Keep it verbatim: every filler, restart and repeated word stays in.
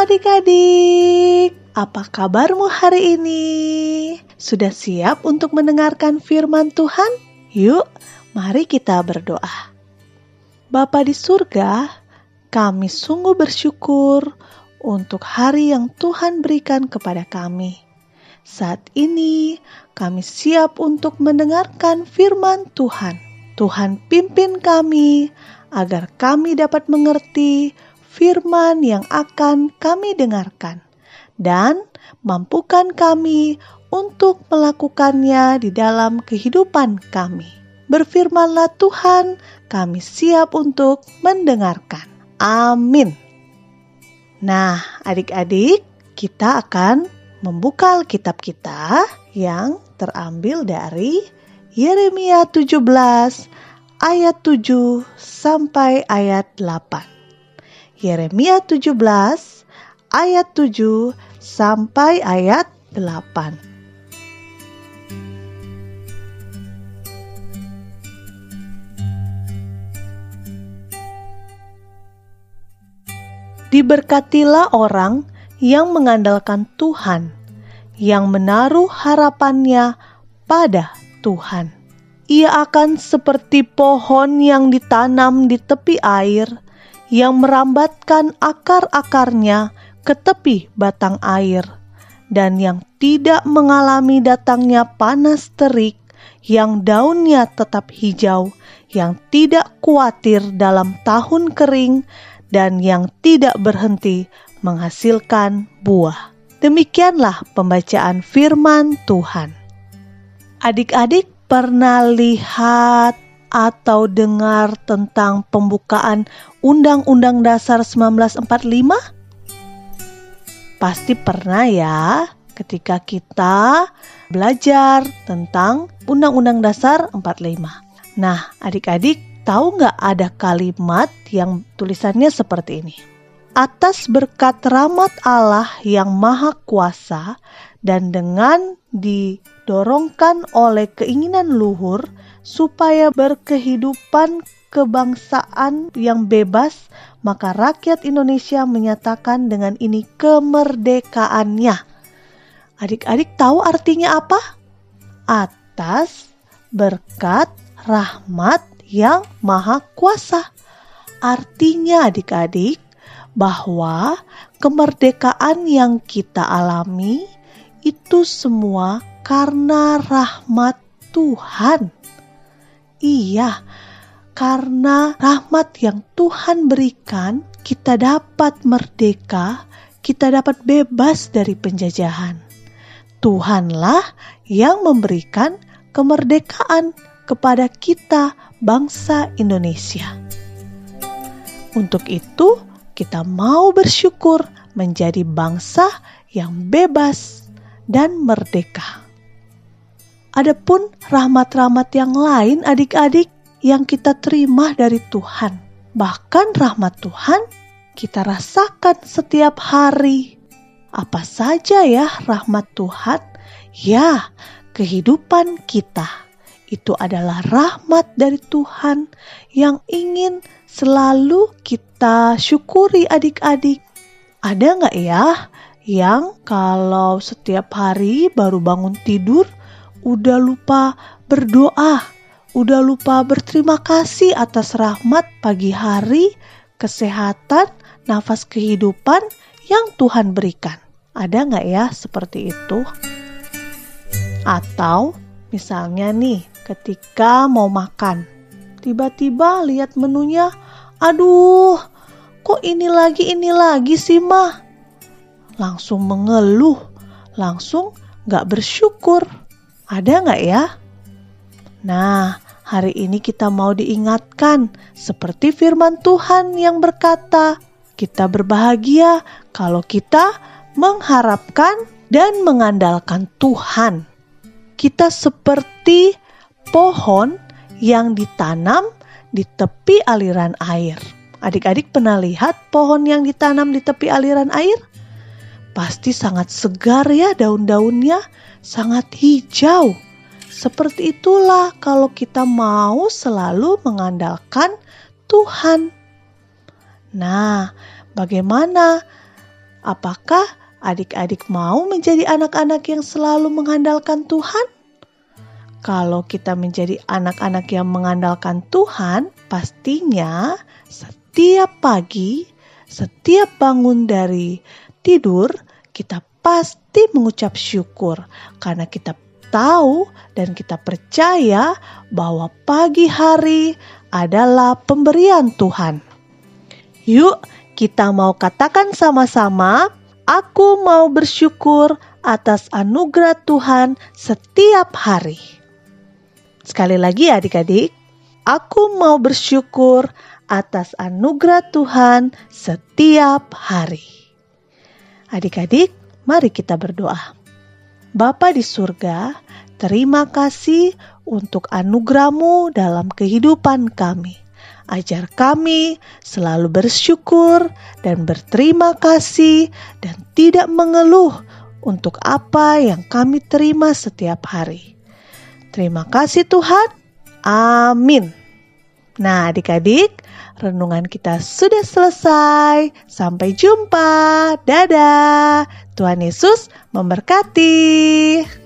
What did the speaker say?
adik-adik, apa kabarmu hari ini? Sudah siap untuk mendengarkan firman Tuhan? Yuk, mari kita berdoa. Bapa di surga, kami sungguh bersyukur untuk hari yang Tuhan berikan kepada kami. Saat ini kami siap untuk mendengarkan firman Tuhan. Tuhan pimpin kami agar kami dapat mengerti firman yang akan kami dengarkan, dan mampukan kami untuk melakukannya di dalam kehidupan kami. Berfirmanlah Tuhan, kami siap untuk mendengarkan. Amin. Nah, adik-adik, kita akan membuka Alkitab kita yang terambil dari Yeremia tujuh belas ayat tujuh sampai ayat delapan. Yeremia tujuh belas ayat tujuh sampai ayat delapan. Diberkatilah orang yang mengandalkan Tuhan, yang menaruh harapannya pada Tuhan. Ia akan seperti pohon yang ditanam di tepi air, yang merambatkan akar-akarnya ke tepi batang air, dan yang tidak mengalami datangnya panas terik, yang daunnya tetap hijau, yang tidak khawatir dalam tahun kering, dan yang tidak berhenti menghasilkan buah. Demikianlah pembacaan firman Tuhan. Adik-adik pernah lihat atau dengar tentang pembukaan Undang-Undang Dasar seribu sembilan ratus empat puluh lima? Pasti pernah ya, ketika kita belajar tentang Undang-Undang Dasar empat puluh lima. Nah, adik-adik tahu nggak ada kalimat yang tulisannya seperti ini? Atas berkat rahmat Allah yang Maha Kuasa dan dengan didorongkan oleh keinginan luhur supaya berkehidupan kebangsaan yang bebas, maka rakyat Indonesia menyatakan dengan ini kemerdekaannya. Adik-adik tahu artinya apa? Atas berkat rahmat yang Maha Kuasa. Artinya adik-adik, bahwa kemerdekaan yang kita alami itu semua karena rahmat Tuhan. Iya, karena rahmat yang Tuhan berikan, kita dapat merdeka, kita dapat bebas dari penjajahan. Tuhanlah yang memberikan kemerdekaan kepada kita, bangsa Indonesia. Untuk itu, kita mau bersyukur menjadi bangsa yang bebas dan merdeka. Adapun rahmat-rahmat yang lain adik-adik yang kita terima dari Tuhan. Bahkan rahmat Tuhan kita rasakan setiap hari. Apa saja ya rahmat Tuhan? Ya, kehidupan kita. Itu adalah rahmat dari Tuhan yang ingin selalu kita syukuri adik-adik. Ada nggak ya yang kalau setiap hari baru bangun tidur udah lupa berdoa, udah lupa berterima kasih atas rahmat pagi hari, kesehatan, nafas kehidupan yang Tuhan berikan? Ada nggak ya seperti itu? Atau misalnya nih, ketika mau makan, tiba-tiba lihat menunya, aduh, kok ini lagi, ini lagi sih mah? Langsung mengeluh, langsung gak bersyukur. Ada gak ya? Nah, hari ini kita mau diingatkan, seperti firman Tuhan yang berkata, kita berbahagia kalau kita mengharapkan dan mengandalkan Tuhan. Kita seperti pohon yang ditanam di tepi aliran air. Adik-adik pernah lihat pohon yang ditanam di tepi aliran air? Pasti sangat segar ya daun-daunnya, sangat hijau. Seperti itulah kalau kita mau selalu mengandalkan Tuhan. Nah, bagaimana Apakah adik-adik mau menjadi anak-anak yang selalu mengandalkan Tuhan? Kalau kita menjadi anak-anak yang mengandalkan Tuhan, pastinya setiap pagi, setiap bangun dari tidur, kita pasti mengucap syukur karena kita tahu dan kita percaya bahwa pagi hari adalah pemberian Tuhan. Yuk, kita mau katakan sama-sama, aku mau bersyukur atas anugerah Tuhan setiap hari. Sekali lagi adik-adik, aku mau bersyukur atas anugerah Tuhan setiap hari. Adik-adik, mari kita berdoa. Bapa di surga, terima kasih untuk anugerah-Mu dalam kehidupan kami. Ajar kami selalu bersyukur dan berterima kasih dan tidak mengeluh untuk apa yang kami terima setiap hari. Terima kasih Tuhan. Amin. Nah adik-adik, renungan kita sudah selesai. Sampai jumpa. Dadah. Tuhan Yesus memberkati.